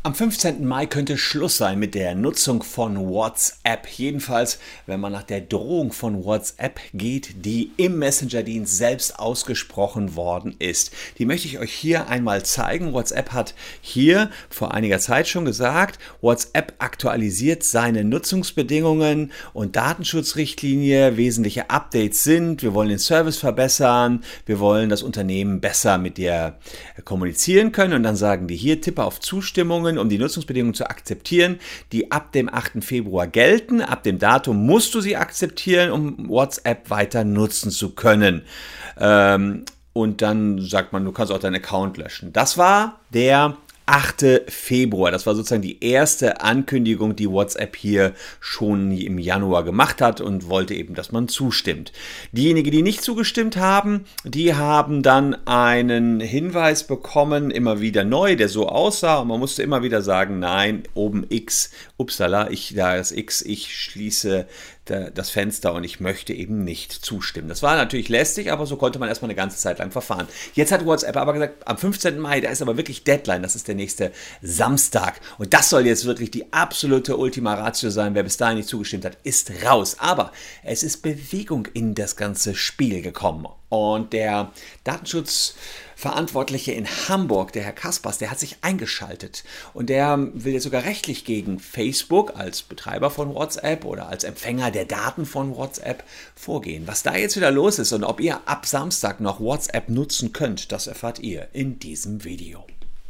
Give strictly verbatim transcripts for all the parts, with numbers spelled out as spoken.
Am fünfzehnten Mai könnte Schluss sein mit der Nutzung von WhatsApp. Jedenfalls, wenn man nach der Drohung von WhatsApp geht, die im Messenger-Dienst selbst ausgesprochen worden ist. Die möchte ich euch hier einmal zeigen. WhatsApp hat hier vor einiger Zeit schon gesagt, WhatsApp aktualisiert seine Nutzungsbedingungen und Datenschutzrichtlinie. Wesentliche Updates sind, wir wollen den Service verbessern, wir wollen das Unternehmen besser mit dir kommunizieren können. Und dann sagen die hier, tippe auf Zustimmungen, um die Nutzungsbedingungen zu akzeptieren, die ab dem achten Februar gelten. Ab dem Datum musst du sie akzeptieren, um WhatsApp weiter nutzen zu können. Ähm, und dann sagt man, du kannst auch deinen Account löschen. Das war der achte Februar. Das war sozusagen die erste Ankündigung, die WhatsApp hier schon im Januar gemacht hat und wollte eben, dass man zustimmt. Diejenigen, die nicht zugestimmt haben, die haben dann einen Hinweis bekommen, immer wieder neu, der so aussah und man musste immer wieder sagen, nein, oben X, upsala, ich, da ist X, ich schließe das Fenster und ich möchte eben nicht zustimmen. Das war natürlich lästig, aber so konnte man erstmal eine ganze Zeit lang verfahren. Jetzt hat WhatsApp aber gesagt, am fünfzehnten Mai, da ist aber wirklich Deadline, das ist der nächste Samstag. Und das soll jetzt wirklich die absolute Ultima Ratio sein. Wer bis dahin nicht zugestimmt hat, ist raus. Aber es ist Bewegung in das ganze Spiel gekommen. Und der Datenschutzverantwortliche in Hamburg, der Herr Kaspers, der hat sich eingeschaltet. Und der will jetzt sogar rechtlich gegen Facebook als Betreiber von WhatsApp oder als Empfänger der Daten von WhatsApp vorgehen. Was da jetzt wieder los ist und ob ihr ab Samstag noch WhatsApp nutzen könnt, das erfahrt ihr in diesem Video.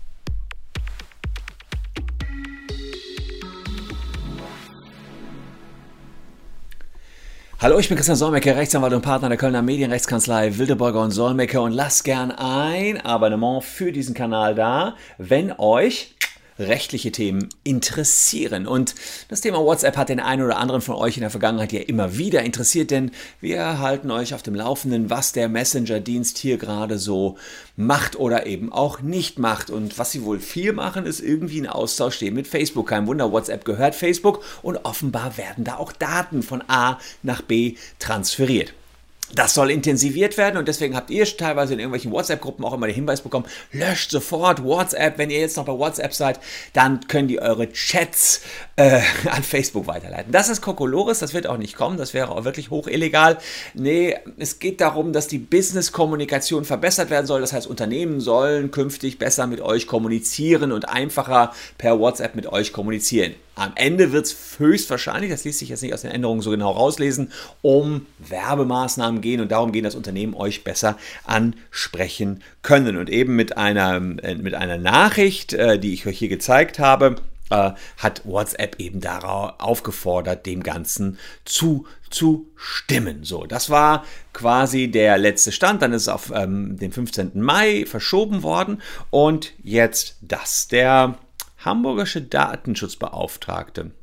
Hallo, ich bin Christian Solmecke, Rechtsanwalt und Partner der Kölner Medienrechtskanzlei Wildeborger und Solmecke und lasst gern ein Abonnement für diesen Kanal da, wenn euch rechtliche Themen interessieren. Und das Thema WhatsApp hat den einen oder anderen von euch in der Vergangenheit ja immer wieder interessiert, denn wir halten euch auf dem Laufenden, was der Messenger-Dienst hier gerade so macht oder eben auch nicht macht. Und was sie wohl viel machen, ist irgendwie in Austausch stehen mit Facebook. Kein Wunder, WhatsApp gehört Facebook und offenbar werden da auch Daten von A nach B transferiert. Das soll intensiviert werden und deswegen habt ihr teilweise in irgendwelchen WhatsApp-Gruppen auch immer den Hinweis bekommen, löscht sofort WhatsApp. Wenn ihr jetzt noch bei WhatsApp seid, dann können die eure Chats äh, an Facebook weiterleiten. Das ist Kokolores, das wird auch nicht kommen, das wäre auch wirklich hoch illegal. Nee, es geht darum, dass die Business-Kommunikation verbessert werden soll. Das heißt, Unternehmen sollen künftig besser mit euch kommunizieren und einfacher per WhatsApp mit euch kommunizieren. Am Ende wird es höchstwahrscheinlich, das ließ sich jetzt nicht aus den Änderungen so genau rauslesen, um Werbemaßnahmen gehen und darum gehen, dass Unternehmen euch besser ansprechen können. Und eben mit einer, mit einer Nachricht, die ich euch hier gezeigt habe, hat WhatsApp eben darauf aufgefordert, dem Ganzen zuzustimmen. So, das war quasi der letzte Stand. Dann ist es auf ähm, den fünfzehnten Mai verschoben worden und jetzt das. Der hamburgische Datenschutzbeauftragte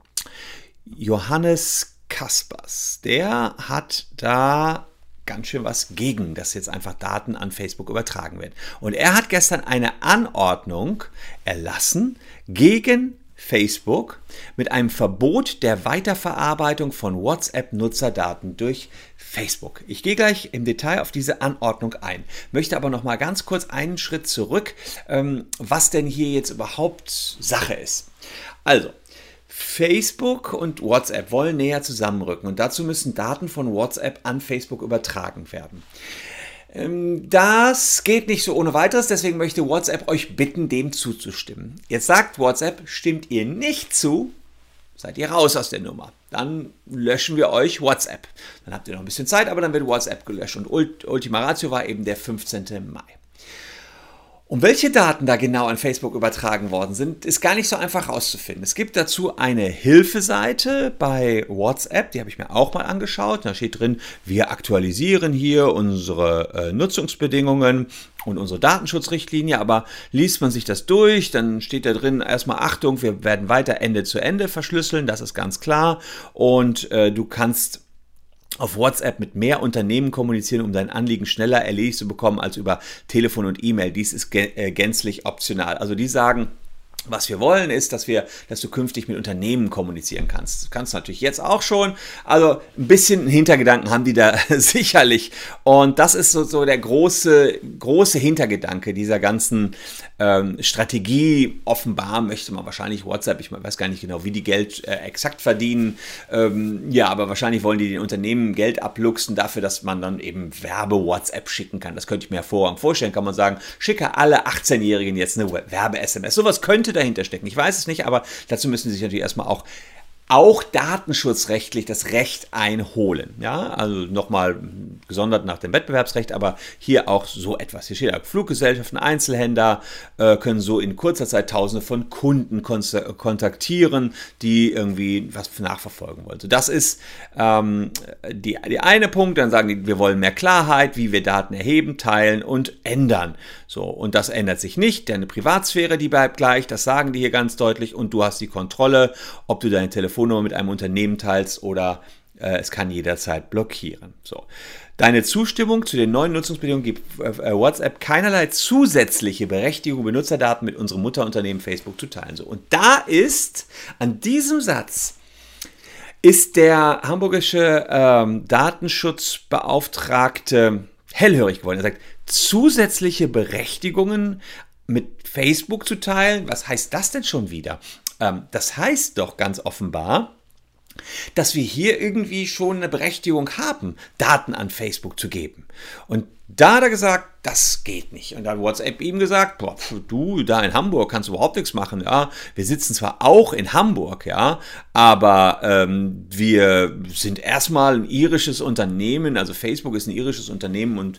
Johannes Kaspers, der hat da ganz schön was gegen, dass jetzt einfach Daten an Facebook übertragen werden. Und er hat gestern eine Anordnung erlassen gegen Facebook mit einem Verbot der Weiterverarbeitung von WhatsApp-Nutzerdaten durch Facebook. Ich gehe gleich im Detail auf diese Anordnung ein, möchte aber noch mal ganz kurz einen Schritt zurück, ähm, was denn hier jetzt überhaupt Sache ist. Also, Facebook und WhatsApp wollen näher zusammenrücken und dazu müssen Daten von WhatsApp an Facebook übertragen werden. Das geht nicht so ohne weiteres, deswegen möchte WhatsApp euch bitten, dem zuzustimmen. Jetzt sagt WhatsApp, stimmt ihr nicht zu, seid ihr raus aus der Nummer. Dann löschen wir euch WhatsApp. Dann habt ihr noch ein bisschen Zeit, aber dann wird WhatsApp gelöscht. Und Ultima Ratio war eben der fünfzehnten Mai. Um welche Daten da genau an Facebook übertragen worden sind, ist gar nicht so einfach herauszufinden. Es gibt dazu eine Hilfeseite bei WhatsApp, die habe ich mir auch mal angeschaut. Da steht drin, wir aktualisieren hier unsere äh, Nutzungsbedingungen und unsere Datenschutzrichtlinie, aber liest man sich das durch, dann steht da drin erstmal Achtung, wir werden weiter Ende zu Ende verschlüsseln, das ist ganz klar und äh, du kannst auf WhatsApp mit mehr Unternehmen kommunizieren, um dein Anliegen schneller erledigt zu bekommen als über Telefon und E-Mail. Dies ist gänzlich optional. Also die sagen, Was wir wollen, ist, dass wir, dass du künftig mit Unternehmen kommunizieren kannst. Das kannst du natürlich jetzt auch schon. Also ein bisschen Hintergedanken haben die da sicherlich. Und das ist so, so der große, große Hintergedanke dieser ganzen ähm, Strategie. Offenbar möchte man wahrscheinlich WhatsApp, ich weiß gar nicht genau, wie die Geld äh, exakt verdienen. Ähm, ja, aber wahrscheinlich wollen die den Unternehmen Geld abluchsen dafür, dass man dann eben Werbe-WhatsApp schicken kann. Das könnte ich mir hervorragend vorstellen. Kann man sagen, schicke alle achtzehnjährigen jetzt eine Werbe-S M S. Sowas könnte dahinter stecken. Ich weiß es nicht, aber dazu müssen Sie sich natürlich erstmal auch auch datenschutzrechtlich das Recht einholen. Ja, also nochmal gesondert nach dem Wettbewerbsrecht, aber hier auch so etwas. Hier steht, Fluggesellschaften, Einzelhändler äh, können so in kurzer Zeit Tausende von Kunden kontaktieren, die irgendwie was nachverfolgen wollen. So, das ist ähm, die, die eine Punkt. Dann sagen die, wir wollen mehr Klarheit, wie wir Daten erheben, teilen und ändern. So, und das ändert sich nicht. Deine Privatsphäre, die bleibt gleich. Das sagen die hier ganz deutlich. Und du hast die Kontrolle, ob du deine Telefonnummer mit einem Unternehmen teilst oder äh, es kann jederzeit blockieren. So. Deine Zustimmung zu den neuen Nutzungsbedingungen gibt äh, WhatsApp keinerlei zusätzliche Berechtigung, Benutzerdaten mit unserem Mutterunternehmen Facebook zu teilen. So. Und da ist an diesem Satz ist der hamburgische ähm, Datenschutzbeauftragte hellhörig geworden. Er sagt, zusätzliche Berechtigungen mit Facebook zu teilen? Was heißt das denn schon wieder? Ähm, das heißt doch ganz offenbar, dass wir hier irgendwie schon eine Berechtigung haben, Daten an Facebook zu geben. Und da hat er gesagt, das geht nicht. Und da hat WhatsApp ihm gesagt, boah, du, da in Hamburg kannst du überhaupt nichts machen. Ja, wir sitzen zwar auch in Hamburg, ja, aber ähm, wir sind erstmal ein irisches Unternehmen, also Facebook ist ein irisches Unternehmen und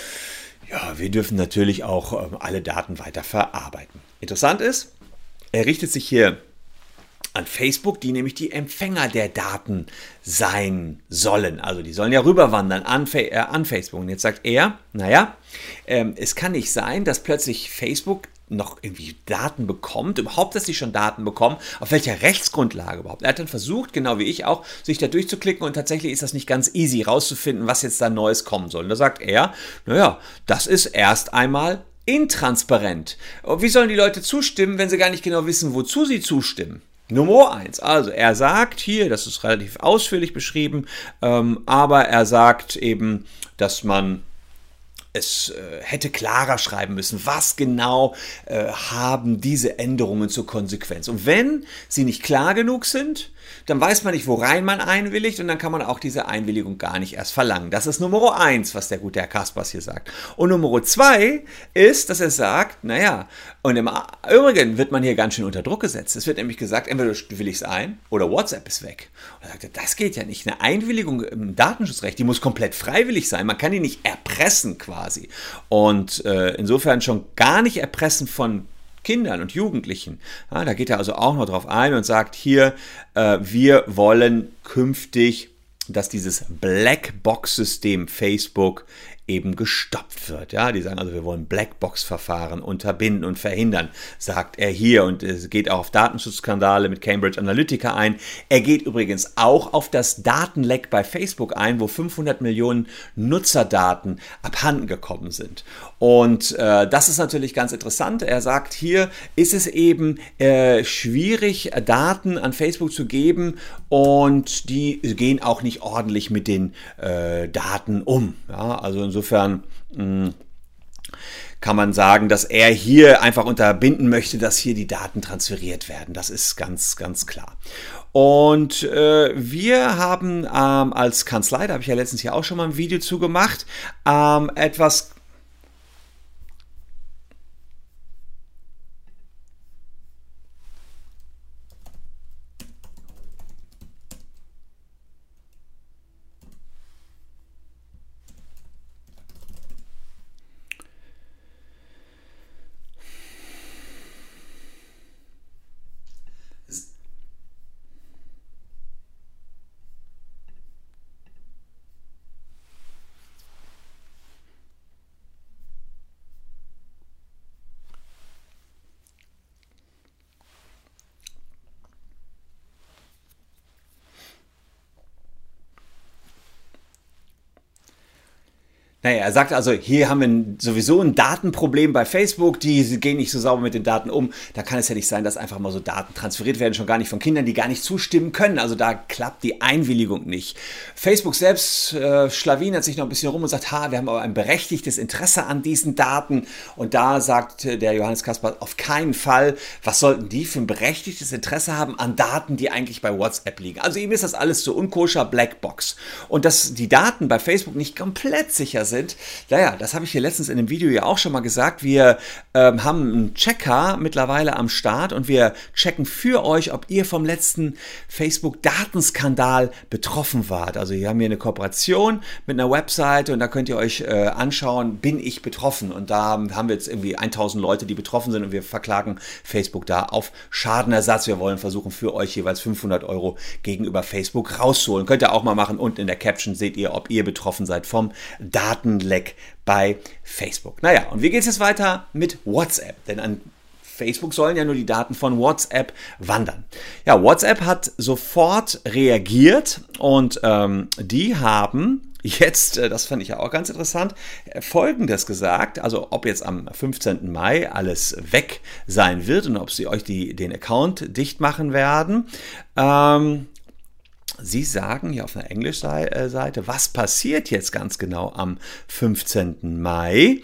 ja, wir dürfen natürlich auch ähm, alle Daten weiter verarbeiten. Interessant ist, er richtet sich hier an Facebook, die nämlich die Empfänger der Daten sein sollen. Also die sollen ja rüberwandern an, äh, an Facebook. Und jetzt sagt er, naja, ähm, es kann nicht sein, dass plötzlich Facebook noch irgendwie Daten bekommt, überhaupt, dass sie schon Daten bekommen, auf welcher Rechtsgrundlage überhaupt. Er hat dann versucht, genau wie ich auch, sich da durchzuklicken und tatsächlich ist das nicht ganz easy rauszufinden, was jetzt da Neues kommen soll. Und da sagt er, naja, das ist erst einmal intransparent. Wie sollen die Leute zustimmen, wenn sie gar nicht genau wissen, wozu sie zustimmen? Nummer eins, also er sagt hier, das ist relativ ausführlich beschrieben, ähm, aber er sagt eben, dass man es äh, hätte klarer schreiben müssen, was genau äh, haben diese Änderungen zur Konsequenz. Und wenn sie nicht klar genug sind, dann weiß man nicht, worein man einwilligt und dann kann man auch diese Einwilligung gar nicht erst verlangen. Das ist Nummer eins, was der gute Herr Kaspers hier sagt. Und Nummer zwei ist, dass er sagt, naja, und im Übrigen wird man hier ganz schön unter Druck gesetzt. Es wird nämlich gesagt, entweder du willigst ein oder WhatsApp ist weg. Und er sagt, das geht ja nicht. Eine Einwilligung im Datenschutzrecht, die muss komplett freiwillig sein. Man kann die nicht erpressen quasi. Und äh, insofern schon gar nicht erpressen von Kindern und Jugendlichen. Ja, da geht er also auch noch drauf ein und sagt hier, äh, wir wollen künftig, dass dieses Blackbox-System Facebook eben gestoppt wird. Ja, die sagen also, wir wollen Blackbox-Verfahren unterbinden und verhindern, sagt er hier. Und es geht auch auf Datenschutzskandale mit Cambridge Analytica ein. Er geht übrigens auch auf das Datenleck bei Facebook ein, wo fünfhundert Millionen Nutzerdaten abhanden gekommen sind. Und äh, das ist natürlich ganz interessant. Er sagt, hier ist es eben äh, schwierig, Daten an Facebook zu geben und die gehen auch nicht ordentlich mit den äh, Daten um. Ja, also insofern mh, kann man sagen, dass er hier einfach unterbinden möchte, dass hier die Daten transferiert werden. Das ist ganz, ganz klar. Und äh, wir haben ähm, als Kanzlei, da habe ich ja letztens hier auch schon mal ein Video zu gemacht, ähm, etwas Naja, er sagt also, hier haben wir sowieso ein Datenproblem bei Facebook, die gehen nicht so sauber mit den Daten um. Da kann es ja nicht sein, dass einfach mal so Daten transferiert werden, schon gar nicht von Kindern, die gar nicht zustimmen können. Also da klappt die Einwilligung nicht. Facebook selbst äh, schlawinert sich noch ein bisschen rum und sagt, ha, wir haben aber ein berechtigtes Interesse an diesen Daten. Und da sagt der Johannes Kaspar, auf keinen Fall, was sollten die für ein berechtigtes Interesse haben an Daten, die eigentlich bei WhatsApp liegen. Also ihm ist das alles so unkoscher Blackbox. Und dass die Daten bei Facebook nicht komplett sicher sind, Sind. Naja, das habe ich hier letztens in dem Video ja auch schon mal gesagt. Wir ähm, haben einen Checker mittlerweile am Start und wir checken für euch, ob ihr vom letzten Facebook-Datenskandal betroffen wart. Also wir haben hier eine Kooperation mit einer Webseite und da könnt ihr euch äh, anschauen, bin ich betroffen? Und da haben wir jetzt irgendwie tausend Leute, die betroffen sind und wir verklagen Facebook da auf Schadenersatz. Wir wollen versuchen, für euch jeweils fünfhundert Euro gegenüber Facebook rauszuholen. Könnt ihr auch mal machen. Unten in der Caption seht ihr, ob ihr betroffen seid vom Daten Leck bei Facebook. Naja, und wie geht es jetzt weiter mit WhatsApp? Denn an Facebook sollen ja nur die Daten von WhatsApp wandern. Ja, WhatsApp hat sofort reagiert und ähm, die haben jetzt, das fand ich ja auch ganz interessant, Folgendes gesagt, also ob jetzt am fünfzehnten Mai alles weg sein wird und ob sie euch die, den Account dicht machen werden. Ähm, Sie sagen hier auf einer Englisch-Seite, was passiert jetzt ganz genau am fünfzehnten Mai?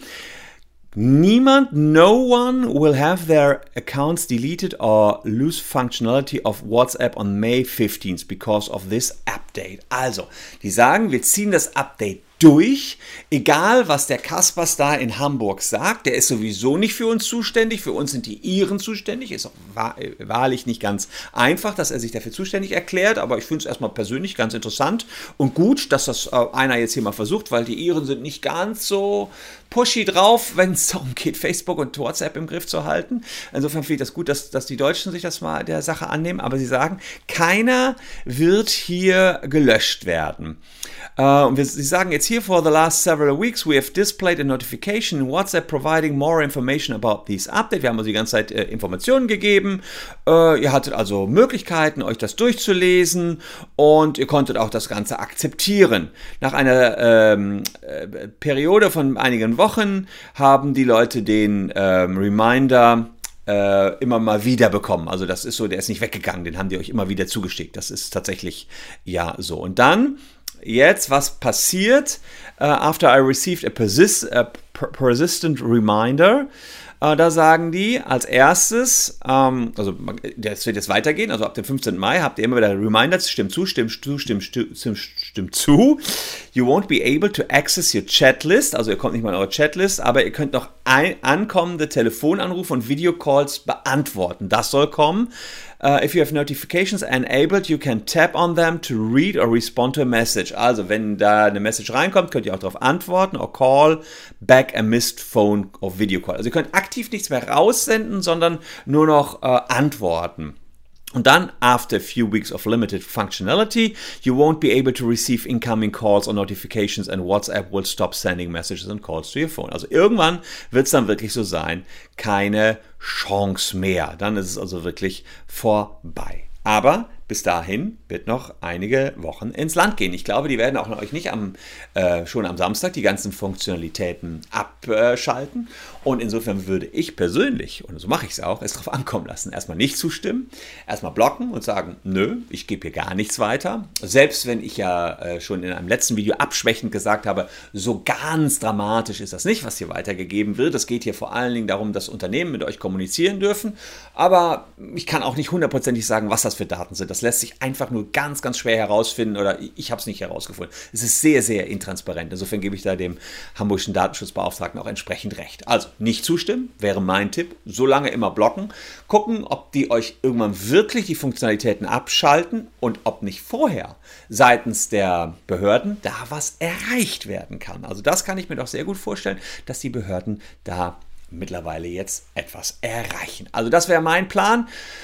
Niemand, no one will have their accounts deleted or lose functionality of WhatsApp on May fifteenth because of this update. Also, die sagen, wir ziehen das Update durch, egal was der Kaspers da in Hamburg sagt, der ist sowieso nicht für uns zuständig, für uns sind die Iren zuständig, ist auch wahr, wahrlich nicht ganz einfach, dass er sich dafür zuständig erklärt, aber ich finde es erstmal persönlich ganz interessant und gut, dass das äh, einer jetzt hier mal versucht, weil die Iren sind nicht ganz so pushy drauf, wenn es darum geht, Facebook und WhatsApp im Griff zu halten. Insofern finde ich das gut, dass, dass die Deutschen sich das mal der Sache annehmen, aber sie sagen, keiner wird hier gelöscht werden. Uh, und wir, sie sagen jetzt hier, for the last several weeks we have displayed a notification in WhatsApp providing more information about this update. Wir haben also die ganze Zeit äh, Informationen gegeben. Äh, ihr hattet also Möglichkeiten, euch das durchzulesen und ihr konntet auch das Ganze akzeptieren. Nach einer ähm, äh, Periode von einigen Wochen haben die Leute den ähm, Reminder äh, immer mal wieder bekommen. Also das ist so, der ist nicht weggegangen, den haben die euch immer wieder zugeschickt. Das ist tatsächlich ja so. Und dann jetzt, was passiert? Uh, after I received a, persist, a persistent reminder, uh, da sagen die als erstes, um, also das wird jetzt weitergehen, also ab dem fünfzehnten Mai habt ihr immer wieder Reminders, stimmt zu, stimmt zu, stimmt, stimmt, stimmt, stimmt zu. You won't be able to access your Chatlist, also ihr kommt nicht mal in eure Chatlist, aber ihr könnt noch ein, ankommende Telefonanrufe und Videocalls beantworten. Das soll kommen. Uh, if you have notifications enabled, you can tap on them to read or respond to a message. Also, wenn da eine Message reinkommt, könnt ihr auch darauf antworten or call back a missed phone or video call. Also, ihr könnt aktiv nichts mehr raussenden, sondern nur noch uh, antworten. Und dann, after a few weeks of limited functionality, you won't be able to receive incoming calls or notifications and WhatsApp will stop sending messages and calls to your phone. Also irgendwann wird es dann wirklich so sein, keine Chance mehr. Dann ist es also wirklich vorbei. Aber bis dahin wird noch einige Wochen ins Land gehen. Ich glaube, die werden auch euch nicht am, äh, schon am Samstag die ganzen Funktionalitäten abschalten. Und insofern würde ich persönlich, und so mache ich es auch, es darauf ankommen lassen. Erstmal nicht zustimmen, erstmal blocken und sagen, nö, ich gebe hier gar nichts weiter. Selbst wenn ich ja äh, schon in einem letzten Video abschwächend gesagt habe, so ganz dramatisch ist das nicht, was hier weitergegeben wird. Es geht hier vor allen Dingen darum, dass Unternehmen mit euch kommunizieren dürfen. Aber ich kann auch nicht hundertprozentig sagen, was das für Daten sind. Das lässt sich einfach nur ganz, ganz schwer herausfinden oder ich habe es nicht herausgefunden. Es ist sehr, sehr intransparent. Insofern gebe ich da dem hamburgischen Datenschutzbeauftragten auch entsprechend recht. Also nicht zustimmen, wäre mein Tipp. So lange immer blocken. Gucken, ob die euch irgendwann wirklich die Funktionalitäten abschalten und ob nicht vorher seitens der Behörden da was erreicht werden kann. Also das kann ich mir doch sehr gut vorstellen, dass die Behörden da mittlerweile jetzt etwas erreichen. Also das wäre mein Plan.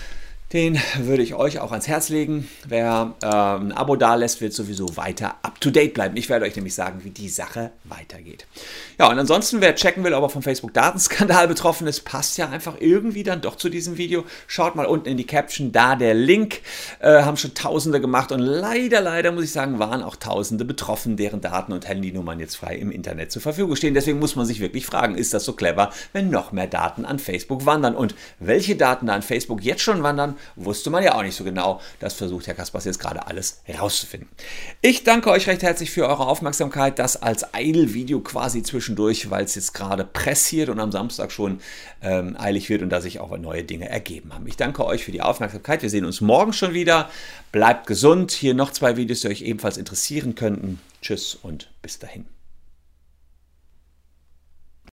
Den würde ich euch auch ans Herz legen. Wer äh, ein Abo dalässt, wird sowieso weiter up-to-date bleiben. Ich werde euch nämlich sagen, wie die Sache weitergeht. Ja, und ansonsten, wer checken will, ob er vom Facebook-Datenskandal betroffen ist, passt ja einfach irgendwie dann doch zu diesem Video. Schaut mal unten in die Caption, da der Link. Äh, haben schon Tausende gemacht und leider, leider, muss ich sagen, waren auch Tausende betroffen, deren Daten und Handynummern jetzt frei im Internet zur Verfügung stehen. Deswegen muss man sich wirklich fragen, ist das so clever, wenn noch mehr Daten an Facebook wandern? Und welche Daten da an Facebook jetzt schon wandern, wusste man ja auch nicht so genau. Das versucht Herr Kaspers jetzt gerade alles herauszufinden. Ich danke euch recht herzlich für eure Aufmerksamkeit. Das als Eilvideo quasi zwischendurch, weil es jetzt gerade pressiert und am Samstag schon ähm, eilig wird und da sich auch neue Dinge ergeben haben. Ich danke euch für die Aufmerksamkeit. Wir sehen uns morgen schon wieder. Bleibt gesund. Hier noch zwei Videos, die euch ebenfalls interessieren könnten. Tschüss und bis dahin.